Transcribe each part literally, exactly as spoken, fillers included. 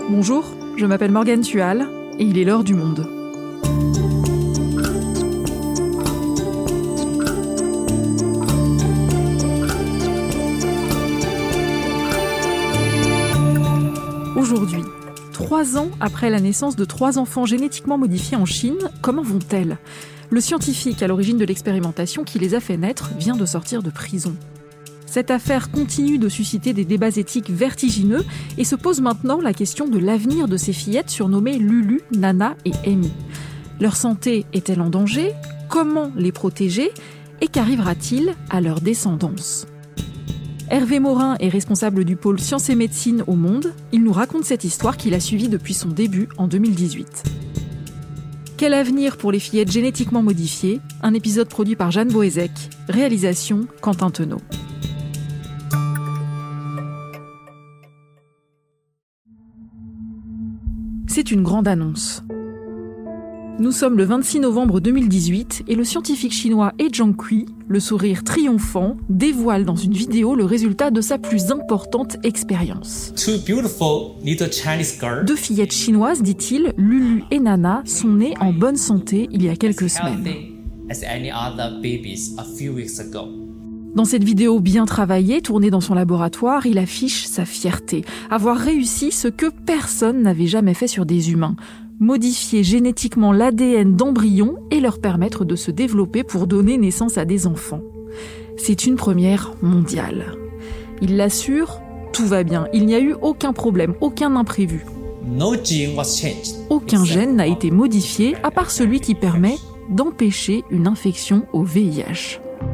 Bonjour, je m'appelle Morgane Tual et il est l'heure du monde. Aujourd'hui, trois ans après la naissance de trois enfants génétiquement modifiés en Chine, comment vont-elles ? Le scientifique à l'origine de l'expérimentation qui les a fait naître vient de sortir de prison. Cette affaire continue de susciter des débats éthiques vertigineux et se pose maintenant la question de l'avenir de ces fillettes surnommées Lulu, Nana et Amy. Leur santé est-elle en danger ? Comment les protéger ? Et qu'arrivera-t-il à leur descendance ? Hervé Morin est responsable du pôle Sciences et Médecine au Monde. Il nous raconte cette histoire qu'il a suivie depuis son début en deux mille dix-huit. Quel avenir pour les fillettes génétiquement modifiées ? Un épisode produit par Jeanne Boézek. Réalisation Quentin Tenot. C'est une grande annonce. Nous sommes le vingt-six novembre deux mille dix-huit et le scientifique chinois He Jiankui, le sourire triomphant, dévoile dans une vidéo le résultat de sa plus importante expérience. Deux fillettes chinoises, dit-il, Lulu et Nana, sont nées en bonne santé il y a quelques semaines. Dans cette vidéo bien travaillée, tournée dans son laboratoire, il affiche sa fierté, avoir réussi ce que personne n'avait jamais fait sur des humains. Modifier génétiquement l'A D N d'embryons et leur permettre de se développer pour donner naissance à des enfants. C'est une première mondiale. Il l'assure, tout va bien, il n'y a eu aucun problème, aucun imprévu. Aucun gène n'a été modifié, à part celui qui permet d'empêcher une infection au V I H.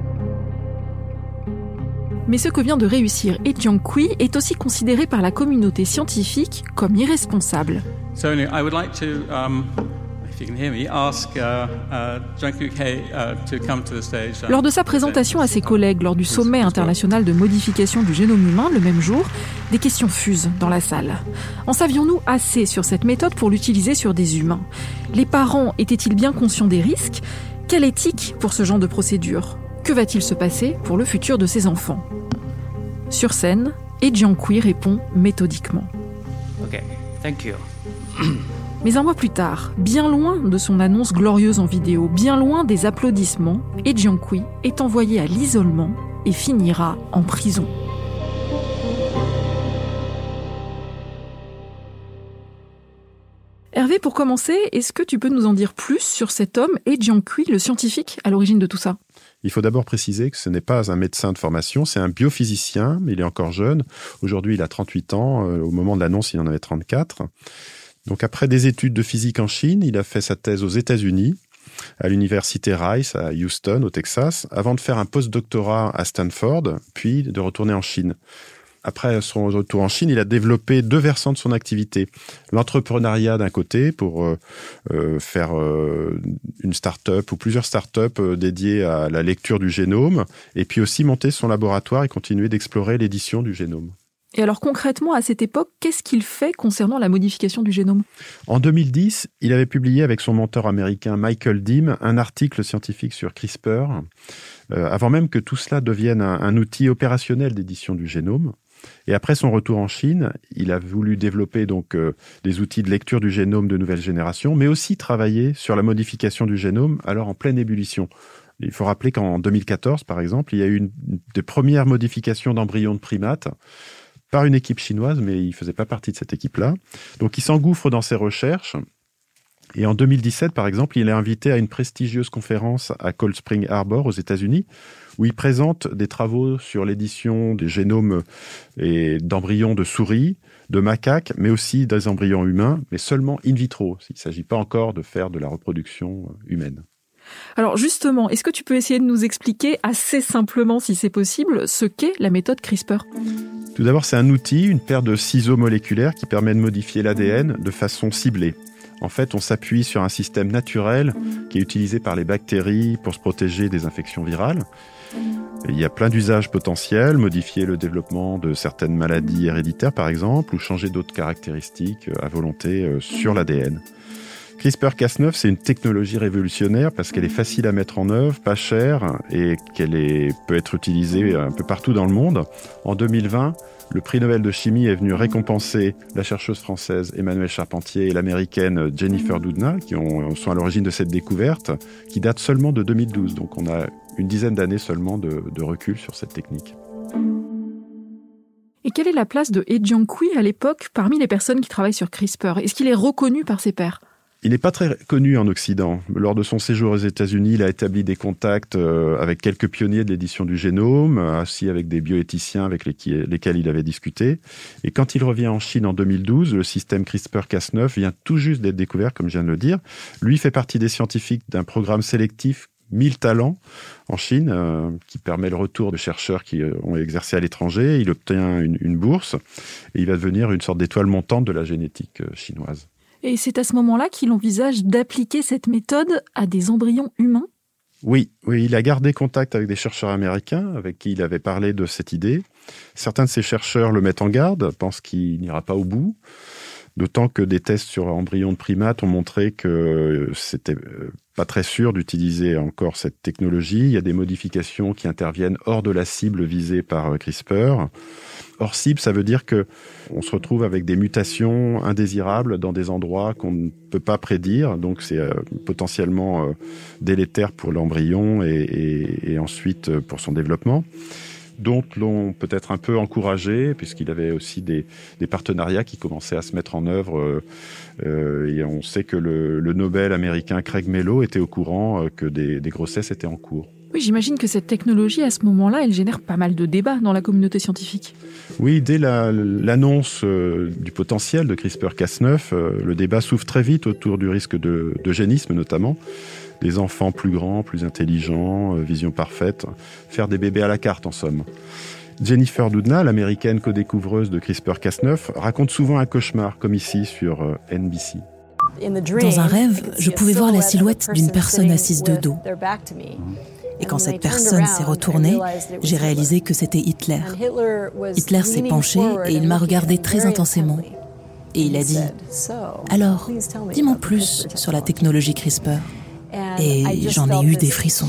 Mais ce que vient de réussir He Jiankui est aussi considéré par la communauté scientifique comme irresponsable. So anyway, I would like to, um, if you can hear me, ask uh, uh, Jiankui uh, to come to the stage. Uh, lors de sa présentation à ses collègues lors du sommet international de modification du génome humain le même jour, des questions fusent dans la salle. En savions-nous assez sur cette méthode pour l'utiliser sur des humains ? Les parents étaient-ils bien conscients des risques ? Quelle éthique pour ce genre de procédure ? Que va-t-il se passer pour le futur de ces enfants ? Sur scène, He Jiankui répond méthodiquement. Okay, thank you. Mais un mois plus tard, bien loin de son annonce glorieuse en vidéo, bien loin des applaudissements, He Jiankui est envoyé à l'isolement et finira en prison. Hervé, pour commencer, est-ce que tu peux nous en dire plus sur cet homme, He Jiankui, le scientifique à l'origine de tout ça ? Il faut d'abord préciser que ce n'est pas un médecin de formation, c'est un biophysicien, mais il est encore jeune. Aujourd'hui, il a trente-huit ans. Au moment de l'annonce, il en avait trente-quatre. Donc après des études de physique en Chine, il a fait sa thèse aux États-Unis, à l'université Rice, à Houston, au Texas, avant de faire un post-doctorat à Stanford, puis de retourner en Chine. Après son retour en Chine, il a développé deux versants de son activité. L'entrepreneuriat d'un côté pour euh, euh, faire euh, une start-up ou plusieurs start-up euh, dédiées à la lecture du génome, et puis aussi monter son laboratoire et continuer d'explorer l'édition du génome. Et alors concrètement, à cette époque, qu'est-ce qu'il fait concernant la modification du génome ? En deux mille dix, il avait publié avec son mentor américain Michael Dim un article scientifique sur CRISPR, euh, avant même que tout cela devienne un, un outil opérationnel d'édition du génome. Et après son retour en Chine, il a voulu développer donc euh, des outils de lecture du génome de nouvelle génération, mais aussi travailler sur la modification du génome, alors en pleine ébullition. Il faut rappeler qu'en deux mille quatorze, par exemple, il y a eu une des premières modifications d'embryons de primates par une équipe chinoise, mais il ne faisait pas partie de cette équipe-là. Donc il s'engouffre dans ses recherches. Et en deux mille dix-sept, par exemple, il est invité à une prestigieuse conférence à Cold Spring Harbor, aux États-Unis, où il présente des travaux sur l'édition des génomes et d'embryons de souris, de macaques, mais aussi des embryons humains, mais seulement in vitro. Il ne s'agit pas encore de faire de la reproduction humaine. Alors justement, est-ce que tu peux essayer de nous expliquer assez simplement, si c'est possible, ce qu'est la méthode CRISPR ? Tout d'abord, c'est un outil, une paire de ciseaux moléculaires qui permet de modifier l'A D N de façon ciblée. En fait, on s'appuie sur un système naturel qui est utilisé par les bactéries pour se protéger des infections virales. Il y a plein d'usages potentiels, modifier le développement de certaines maladies héréditaires par exemple, ou changer d'autres caractéristiques à volonté sur l'A D N. CRISPR Cas neuf, c'est une technologie révolutionnaire parce qu'elle est facile à mettre en œuvre, pas chère et qu'elle est, peut être utilisée un peu partout dans le monde. En deux mille vingt, Le prix Nobel de chimie est venu récompenser la chercheuse française Emmanuelle Charpentier et l'américaine Jennifer Doudna, qui ont, sont à l'origine de cette découverte, qui date seulement de deux mille douze. Donc on a une dizaine d'années seulement de, de recul sur cette technique. Et quelle est la place de He Jiankui à l'époque parmi les personnes qui travaillent sur CRISPR ? Est-ce qu'il est reconnu par ses pairs ? Il n'est pas très connu en Occident. Lors de son séjour aux États-Unis, il a établi des contacts avec quelques pionniers de l'édition du génome, ainsi avec des bioéthiciens avec lesquels il avait discuté. Et quand il revient en Chine en deux mille douze, le système CRISPR Cas neuf vient tout juste d'être découvert, comme je viens de le dire. Lui fait partie des scientifiques d'un programme sélectif mille talents en Chine, euh, qui permet le retour de chercheurs qui euh, ont exercé à l'étranger. Il obtient une, une bourse et il va devenir une sorte d'étoile montante de la génétique euh, chinoise. Et c'est à ce moment-là qu'il envisage d'appliquer cette méthode à des embryons humains ? Oui, oui, il a gardé contact avec des chercheurs américains avec qui il avait parlé de cette idée. Certains de ces chercheurs le mettent en garde, pensent qu'il n'ira pas au bout. D'autant que des tests sur embryons de primates ont montré que c'était pas très sûr d'utiliser encore cette technologie. Il y a des modifications qui interviennent hors de la cible visée par CRISPR. Hors cible, ça veut dire que on se retrouve avec des mutations indésirables dans des endroits qu'on ne peut pas prédire. Donc c'est euh, potentiellement euh, délétère pour l'embryon et, et, et ensuite euh, pour son développement. D'autres l'ont peut-être un peu encouragé, puisqu'il avait aussi des, des partenariats qui commençaient à se mettre en œuvre. Euh, et on sait que le, le Nobel américain Craig Mello était au courant euh, que des, des grossesses étaient en cours. Oui, j'imagine que cette technologie, à ce moment-là, elle génère pas mal de débats dans la communauté scientifique. Oui, dès la, l'annonce euh, du potentiel de CRISPR Cas neuf, euh, le débat s'ouvre très vite autour du risque de, d'eugénisme notamment. Des enfants plus grands, plus intelligents, euh, vision parfaite, faire des bébés à la carte en somme. Jennifer Doudna, l'américaine co-découvreuse de CRISPR Cas neuf, raconte souvent un cauchemar, comme ici sur euh, N B C. Dans un rêve, je pouvais voir la silhouette d'une personne assise de dos. Et quand cette personne s'est retournée, j'ai réalisé que c'était Hitler. Hitler s'est penché et il m'a regardé très intensément. Et il a dit « Alors, dis-moi plus sur la technologie CRISPR. » Et j'en ai eu des frissons.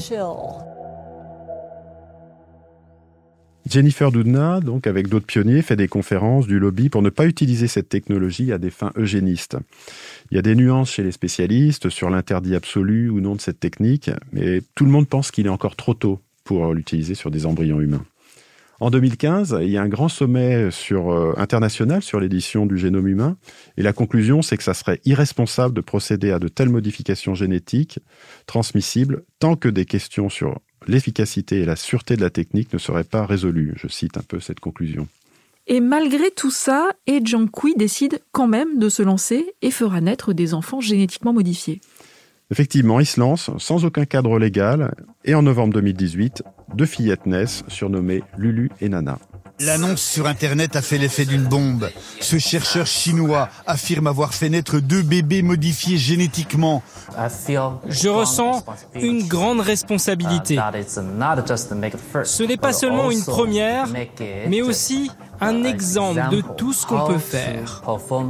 Jennifer Doudna, donc avec d'autres pionniers, fait des conférences, du lobby pour ne pas utiliser cette technologie à des fins eugénistes. Il y a des nuances chez les spécialistes sur l'interdit absolu ou non de cette technique, mais tout le monde pense qu'il est encore trop tôt pour l'utiliser sur des embryons humains. En deux mille quinze, il y a un grand sommet sur, euh, international sur l'édition du génome humain, et la conclusion, c'est que ça serait irresponsable de procéder à de telles modifications génétiques transmissibles tant que des questions sur l'efficacité et la sûreté de la technique ne seraient pas résolues. Je cite un peu cette conclusion. Et malgré tout ça, He Jiankui décide quand même de se lancer et fera naître des enfants génétiquement modifiés. Effectivement, il se lance sans aucun cadre légal, et en novembre deux mille dix-huit, deux fillettes naissent, surnommées Lulu et Nana. L'annonce sur Internet a fait l'effet d'une bombe. Ce chercheur chinois affirme avoir fait naître deux bébés modifiés génétiquement. Je ressens une grande responsabilité. Ce n'est pas seulement une première, mais aussi un exemple de tout ce qu'on peut faire.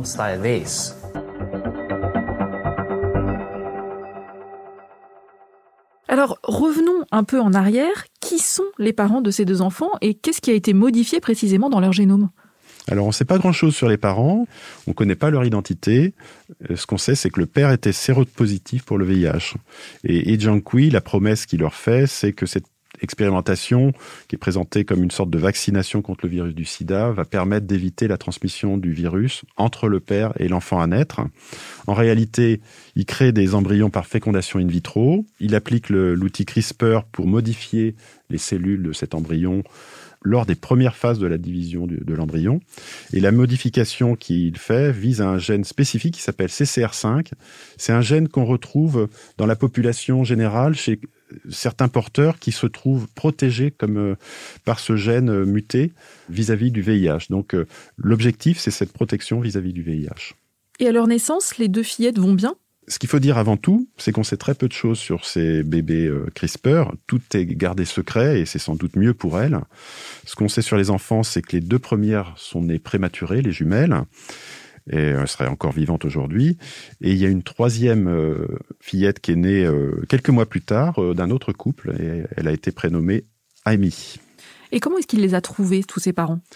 Alors, revenons un peu en arrière. Qui sont les parents de ces deux enfants et qu'est-ce qui a été modifié précisément dans leur génome ? Alors, on ne sait pas grand-chose sur les parents, on ne connaît pas leur identité. Ce qu'on sait, c'est que le père était séropositif pour le V I H. Et He Jiankui, la promesse qu'il leur fait, c'est que cette expérimentation, qui est présentée comme une sorte de vaccination contre le virus du sida, va permettre d'éviter la transmission du virus entre le père et l'enfant à naître. En réalité, il crée des embryons par fécondation in vitro. Il applique le, l'outil CRISPR pour modifier les cellules de cet embryon lors des premières phases de la division de, de l'embryon. Et la modification qu'il fait vise à un gène spécifique qui s'appelle C C R cinq. C'est un gène qu'on retrouve dans la population générale chez certains porteurs qui se trouvent protégés comme, euh, par ce gène euh, muté vis-à-vis du V I H. Donc euh, l'objectif, c'est cette protection vis-à-vis du V I H. Et à leur naissance, les deux fillettes vont bien ? Ce qu'il faut dire avant tout, c'est qu'on sait très peu de choses sur ces bébés euh, CRISPR. Tout est gardé secret et c'est sans doute mieux pour elles. Ce qu'on sait sur les enfants, c'est que les deux premières sont nées prématurées, les jumelles, et elle serait encore vivante aujourd'hui. Et il y a une troisième euh, fillette qui est née euh, quelques mois plus tard euh, d'un autre couple, et elle a été prénommée Amy. Et comment est-ce qu'il les a trouvés, tous ses parents ?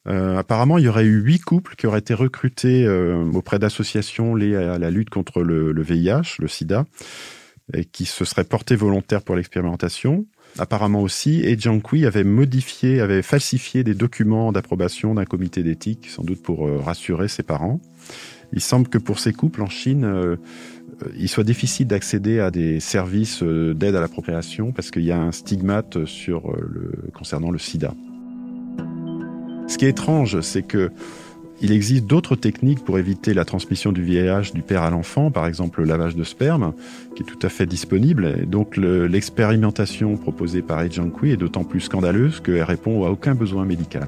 Euh, apparemment, il y aurait eu huit couples qui auraient été recrutés euh, auprès d'associations liées à la lutte contre le, le V I H, le sida, et qui se seraient portés volontaires pour l'expérimentation. Apparemment aussi, et Jiankui avait modifié, avait falsifié des documents d'approbation d'un comité d'éthique, sans doute pour euh, rassurer ses parents. Il semble que pour ces couples en Chine, euh, il soit difficile d'accéder à des services euh, d'aide à la procréation parce qu'il y a un stigmate sur, euh, le, concernant le sida. Ce qui est étrange, c'est que il existe d'autres techniques pour éviter la transmission du V I H du père à l'enfant, par exemple le lavage de sperme, qui est tout à fait disponible. Et donc le, l'expérimentation proposée par He Jiankui est d'autant plus scandaleuse qu'elle répond à aucun besoin médical.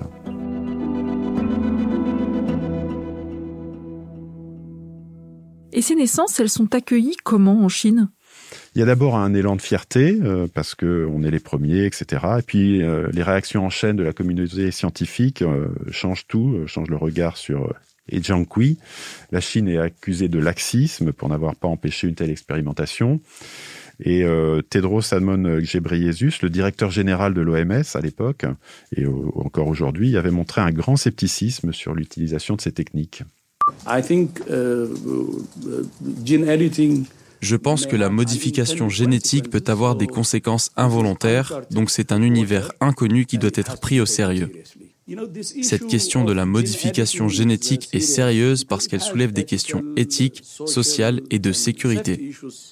Et ces naissances, elles sont accueillies comment en Chine ? Il y a d'abord un élan de fierté, euh, parce qu'on est les premiers, et cetera. Et puis, euh, les réactions en chaîne de la communauté scientifique euh, changent tout, euh, changent le regard sur euh, He Jiankui. La Chine est accusée de laxisme pour n'avoir pas empêché une telle expérimentation. Et euh, Tedros Adhanom Ghebreyesus, le directeur général de l'O M S à l'époque, et euh, encore aujourd'hui, avait montré un grand scepticisme sur l'utilisation de ces techniques. I think, uh, gene editing... Je pense que la modification génétique peut avoir des conséquences involontaires, donc c'est un univers inconnu qui doit être pris au sérieux. Cette question de la modification génétique est sérieuse parce qu'elle soulève des questions éthiques, sociales et de sécurité.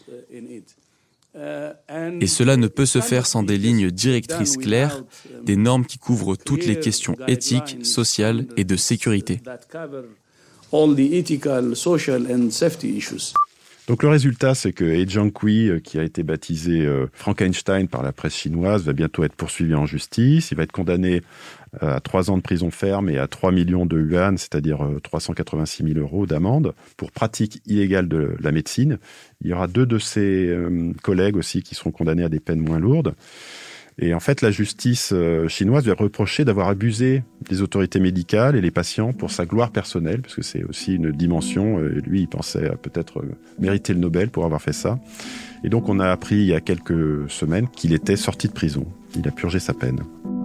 Et cela ne peut se faire sans des lignes directrices claires, des normes qui couvrent toutes les questions éthiques, sociales et de sécurité. Donc le résultat, c'est que He Jiankui, qui a été baptisé euh, Frankenstein par la presse chinoise, va bientôt être poursuivi en justice. Il va être condamné euh, à trois ans de prison ferme et à trois millions de yuan, c'est-à-dire euh, trois cent quatre-vingt-six mille euros d'amende, pour pratique illégale de la médecine. Il y aura deux de ses euh, collègues aussi qui seront condamnés à des peines moins lourdes. Et en fait, la justice chinoise lui a reproché d'avoir abusé des autorités médicales et les patients pour sa gloire personnelle, parce que c'est aussi une dimension. Lui, il pensait peut-être mériter le Nobel pour avoir fait ça. Et donc, on a appris il y a quelques semaines qu'il était sorti de prison. Il a purgé sa peine.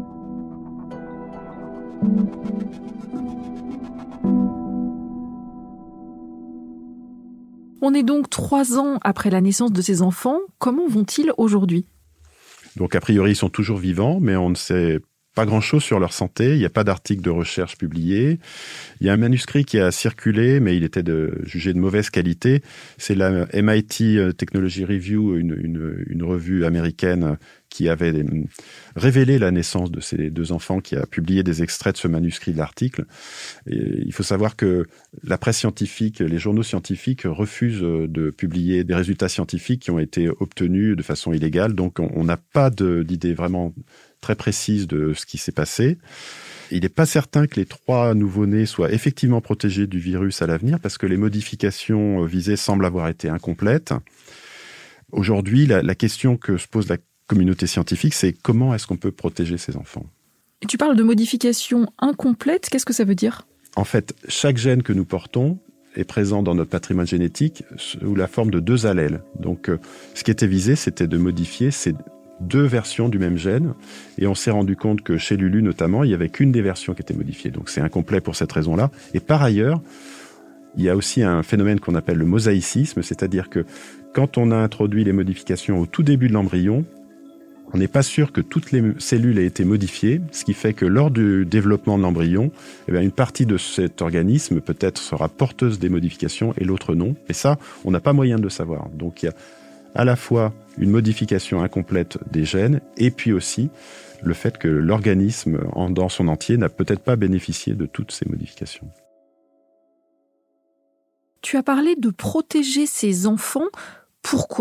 On est donc trois ans après la naissance de ces enfants. Comment vont-ils aujourd'hui ? Donc, a priori, ils sont toujours vivants, mais on ne sait pas grand-chose sur leur santé. Il n'y a pas d'article de recherche publié. Il y a un manuscrit qui a circulé, mais il était de, jugé de mauvaise qualité. C'est la M I T Technology Review, une, une, une revue américaine qui avait révélé la naissance de ces deux enfants, qui a publié des extraits de ce manuscrit de l'article. Et il faut savoir que la presse scientifique, les journaux scientifiques refusent de publier des résultats scientifiques qui ont été obtenus de façon illégale. Donc, on n'a pas de, d'idée vraiment très précise de ce qui s'est passé. Il n'est pas certain que les trois nouveau-nés soient effectivement protégés du virus à l'avenir, parce que les modifications visées semblent avoir été incomplètes. Aujourd'hui, la, la question que se pose la communauté scientifique, c'est comment est-ce qu'on peut protéger ces enfants ? Et tu parles de modification incomplète, qu'est-ce que ça veut dire ? En fait, chaque gène que nous portons est présent dans notre patrimoine génétique sous la forme de deux allèles. Donc, euh, ce qui était visé, c'était de modifier ces deux versions du même gène, et on s'est rendu compte que chez Lulu notamment, il n'y avait qu'une des versions qui était modifiée. Donc, c'est incomplet pour cette raison-là. Et par ailleurs, il y a aussi un phénomène qu'on appelle le mosaïcisme, c'est-à-dire que quand on a introduit les modifications au tout début de l'embryon, on n'est pas sûr que toutes les cellules aient été modifiées, ce qui fait que lors du développement de l'embryon, eh bien, une partie de cet organisme peut-être sera porteuse des modifications et l'autre non. Et ça, on n'a pas moyen de le savoir. Donc il y a à la fois une modification incomplète des gènes et puis aussi le fait que l'organisme dans son entier n'a peut-être pas bénéficié de toutes ces modifications. Tu as parlé de protéger ces enfants. Pourquoi ?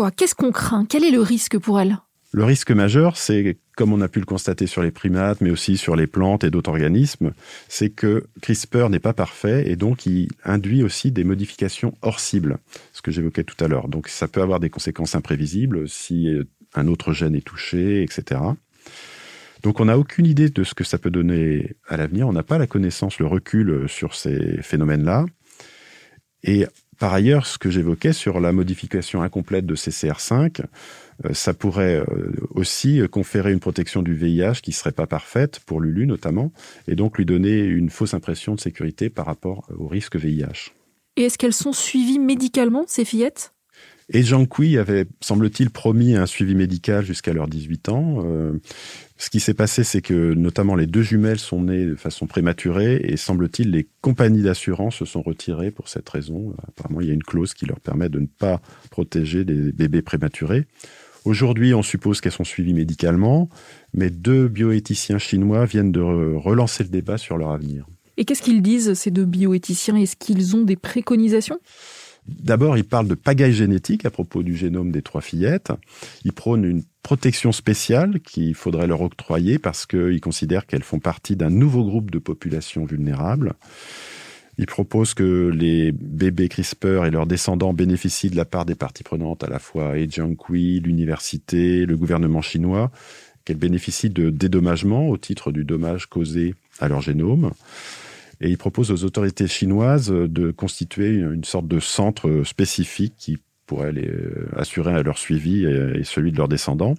Qu'est-ce qu'on craint ? Quel est le risque pour elles ? Le risque majeur, c'est, comme on a pu le constater sur les primates, mais aussi sur les plantes et d'autres organismes, c'est que CRISPR n'est pas parfait et donc il induit aussi des modifications hors cible, ce que j'évoquais tout à l'heure. Donc ça peut avoir des conséquences imprévisibles si un autre gène est touché, et cetera. Donc on n'a aucune idée de ce que ça peut donner à l'avenir. On n'a pas la connaissance, le recul sur ces phénomènes-là. Et par ailleurs, ce que j'évoquais sur la modification incomplète de C C R cinq, Euh, ça pourrait euh, aussi conférer une protection du V I H qui ne serait pas parfaite, pour Lulu notamment, et donc lui donner une fausse impression de sécurité par rapport au risque V I H. Et est-ce qu'elles sont suivies médicalement, ces fillettes ? Et Zhang Kui avait, semble-t-il, promis un suivi médical jusqu'à leurs dix-huit ans. Euh, ce qui s'est passé, c'est que notamment les deux jumelles sont nées de façon prématurée et semble-t-il, les compagnies d'assurance se sont retirées pour cette raison. Apparemment, il y a une clause qui leur permet de ne pas protéger des bébés prématurés. Aujourd'hui, on suppose qu'elles sont suivies médicalement, mais deux bioéthiciens chinois viennent de relancer le débat sur leur avenir. Et qu'est-ce qu'ils disent, ces deux bioéthiciens ? Est-ce qu'ils ont des préconisations ? D'abord, ils parlent de pagaille génétique à propos du génome des trois fillettes. Ils prônent une protection spéciale qu'il faudrait leur octroyer parce qu'ils considèrent qu'elles font partie d'un nouveau groupe de population vulnérable. Ils proposent que les bébés CRISPR et leurs descendants bénéficient de la part des parties prenantes, à la fois Zhang Kui, l'université, le gouvernement chinois, qu'elles bénéficient de dédommagement au titre du dommage causé à leur génome. Et il propose aux autorités chinoises de constituer une sorte de centre spécifique qui pourrait les assurer leur suivi et celui de leurs descendants.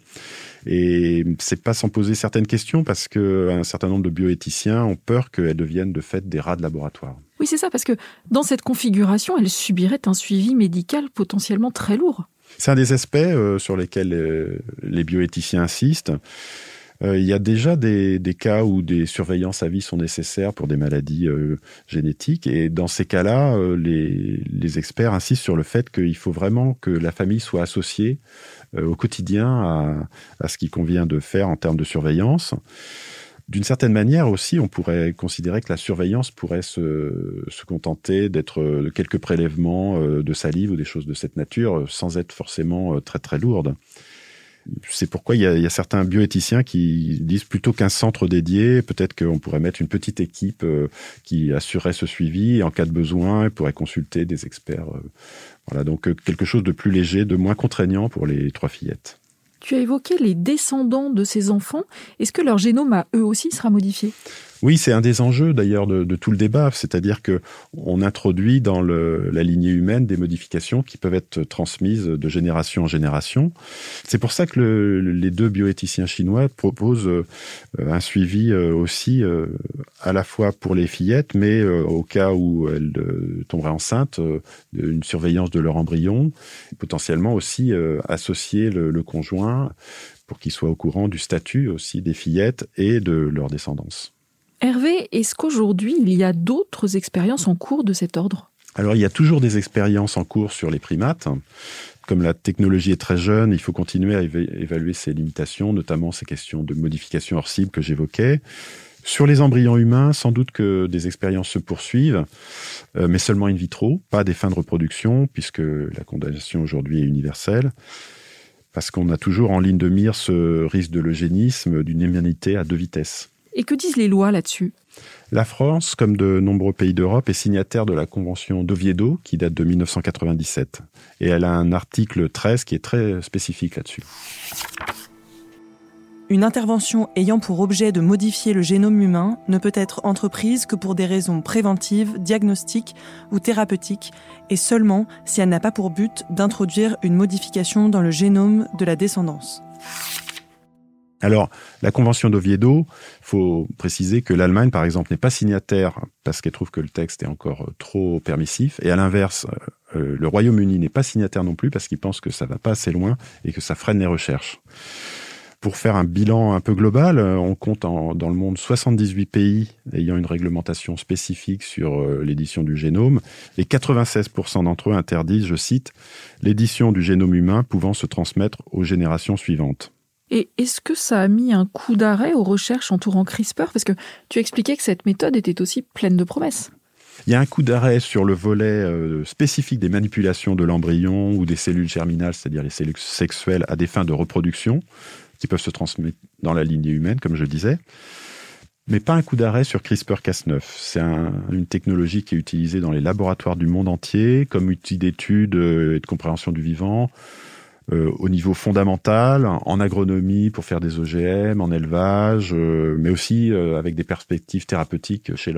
Et c'est pas sans poser certaines questions parce qu'un certain nombre de bioéthiciens ont peur qu'elles deviennent de fait des rats de laboratoire. Oui, c'est ça, parce que dans cette configuration, elles subiraient un suivi médical potentiellement très lourd. C'est un des aspects euh, sur lesquels euh, les bioéthiciens insistent. Euh, il y a déjà des, des cas où des surveillances à vie sont nécessaires pour des maladies euh, génétiques. Et dans ces cas-là, euh, les, les experts insistent sur le fait qu'il faut vraiment que la famille soit associée euh, au quotidien à, à ce qu'il convient de faire en termes de surveillance. D'une certaine manière aussi, on pourrait considérer que la surveillance pourrait se, se contenter d'être quelques prélèvements euh, de salive ou des choses de cette nature, sans être forcément euh, très très lourdes. C'est pourquoi il y, a, il y a certains bioéthiciens qui disent plutôt qu'un centre dédié, peut-être qu'on pourrait mettre une petite équipe euh, qui assurerait ce suivi et en cas de besoin, ils pourraient consulter des experts. Euh, voilà, donc euh, quelque chose de plus léger, de moins contraignant pour les trois fillettes. Tu as évoqué les descendants de ces enfants. Est-ce que leur génome à eux aussi sera modifié ? Oui, c'est un des enjeux d'ailleurs de, de tout le débat, c'est-à-dire que on introduit dans le, la lignée humaine des modifications qui peuvent être transmises de génération en génération. C'est pour ça que le, les deux bioéthiciens chinois proposent euh, un suivi euh, aussi euh, à la fois pour les fillettes, mais euh, au cas où elles euh, tomberaient enceintes, euh, une surveillance de leur embryon, potentiellement aussi euh, associer le, le conjoint pour qu'il soit au courant du statut aussi des fillettes et de leur descendance. Hervé, est-ce qu'aujourd'hui, il y a d'autres expériences en cours de cet ordre ? Alors, il y a toujours des expériences en cours sur les primates. Comme la technologie est très jeune, il faut continuer à éva- évaluer ses limitations, notamment ces questions de modification hors cible que j'évoquais. Sur les embryons humains, sans doute que des expériences se poursuivent, euh, mais seulement in vitro, pas à des fins de reproduction, puisque la condamnation aujourd'hui est universelle. Parce qu'on a toujours en ligne de mire ce risque de l'eugénisme, d'une humanité à deux vitesses. Et que disent les lois là-dessus ? La France, comme de nombreux pays d'Europe, est signataire de la Convention d'Oviedo, qui date de dix-neuf cent quatre-vingt-dix-sept. Et elle a un article treize qui est très spécifique là-dessus. Une intervention ayant pour objet de modifier le génome humain ne peut être entreprise que pour des raisons préventives, diagnostiques ou thérapeutiques, et seulement si elle n'a pas pour but d'introduire une modification dans le génome de la descendance. Alors, la Convention d'Oviedo, il faut préciser que l'Allemagne, par exemple, n'est pas signataire parce qu'elle trouve que le texte est encore trop permissif. Et à l'inverse, euh, le Royaume-Uni n'est pas signataire non plus parce qu'il pense que ça ne va pas assez loin et que ça freine les recherches. Pour faire un bilan un peu global, on compte en, dans le monde soixante-dix-huit pays ayant une réglementation spécifique sur euh, l'édition du génome. Et quatre-vingt-seize pour cent d'entre eux interdisent, je cite, « l'édition du génome humain pouvant se transmettre aux générations suivantes ». Et est-ce que ça a mis un coup d'arrêt aux recherches entourant CRISPR ? Parce que tu expliquais que cette méthode était aussi pleine de promesses. Il y a un coup d'arrêt sur le volet euh, spécifique des manipulations de l'embryon ou des cellules germinales, c'est-à-dire les cellules sexuelles à des fins de reproduction, qui peuvent se transmettre dans la lignée humaine, comme je disais. Mais pas un coup d'arrêt sur CRISPR Cas neuf. C'est un, une technologie qui est utilisée dans les laboratoires du monde entier, comme outil d'étude et de compréhension du vivant, Euh, au niveau fondamental, en agronomie pour faire des O G M, en élevage, euh, mais aussi euh, avec des perspectives thérapeutiques chez l'homme.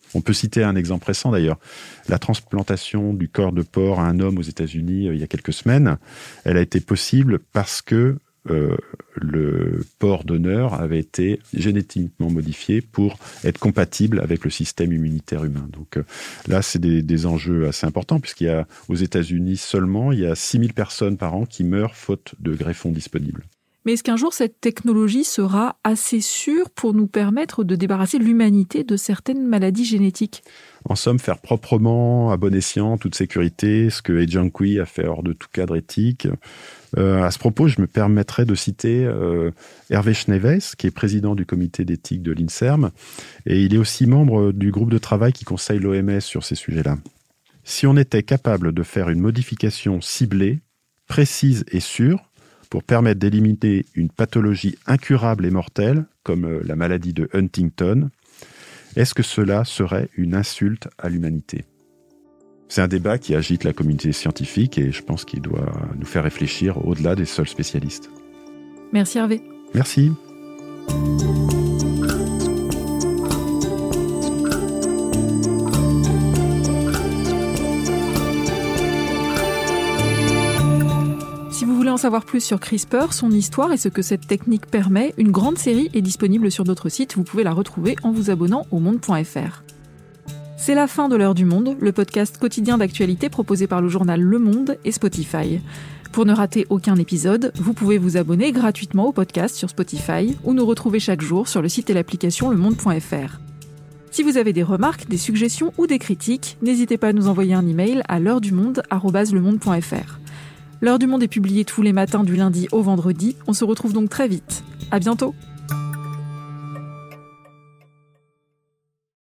On peut citer un exemple récent d'ailleurs. La transplantation du corps de porc à un homme aux États-Unis euh, il y a quelques semaines, elle a été possible parce que euh, le porc donneur avait été génétiquement modifié pour être compatible avec le système immunitaire humain. Donc euh, là, c'est des, des enjeux assez importants puisqu'il y a aux États-Unis seulement, il y a six mille personnes par an qui meurent faute de greffons disponibles. Mais est-ce qu'un jour, cette technologie sera assez sûre pour nous permettre de débarrasser l'humanité de certaines maladies génétiques ? En somme, faire proprement, à bon escient, toute sécurité, ce que He Jiankui a fait hors de tout cadre éthique. Euh, à ce propos, je me permettrai de citer euh, Hervé Schneeves, qui est président du comité d'éthique de l'INSERM, et il est aussi membre du groupe de travail qui conseille l'O M S sur ces sujets-là. Si on était capable de faire une modification ciblée, précise et sûre, pour permettre d'éliminer une pathologie incurable et mortelle, comme la maladie de Huntington, est-ce que cela serait une insulte à l'humanité ? C'est un débat qui agite la communauté scientifique et je pense qu'il doit nous faire réfléchir au-delà des seuls spécialistes. Merci Hervé. Merci. Si vous voulez en savoir plus sur CRISPR, son histoire et ce que cette technique permet, une grande série est disponible sur notre site. Vous pouvez la retrouver en vous abonnant au monde point f r. C'est la fin de l'heure du monde, le podcast quotidien d'actualité proposé par le journal Le Monde et Spotify. Pour ne rater aucun épisode, vous pouvez vous abonner gratuitement au podcast sur Spotify ou nous retrouver chaque jour sur le site et l'application le monde point f r. Si vous avez des remarques, des suggestions ou des critiques, n'hésitez pas à nous envoyer un email à l'heure du monde arobase le monde point f r. L'heure du monde est publiée tous les matins du lundi au vendredi. On se retrouve donc très vite. À bientôt.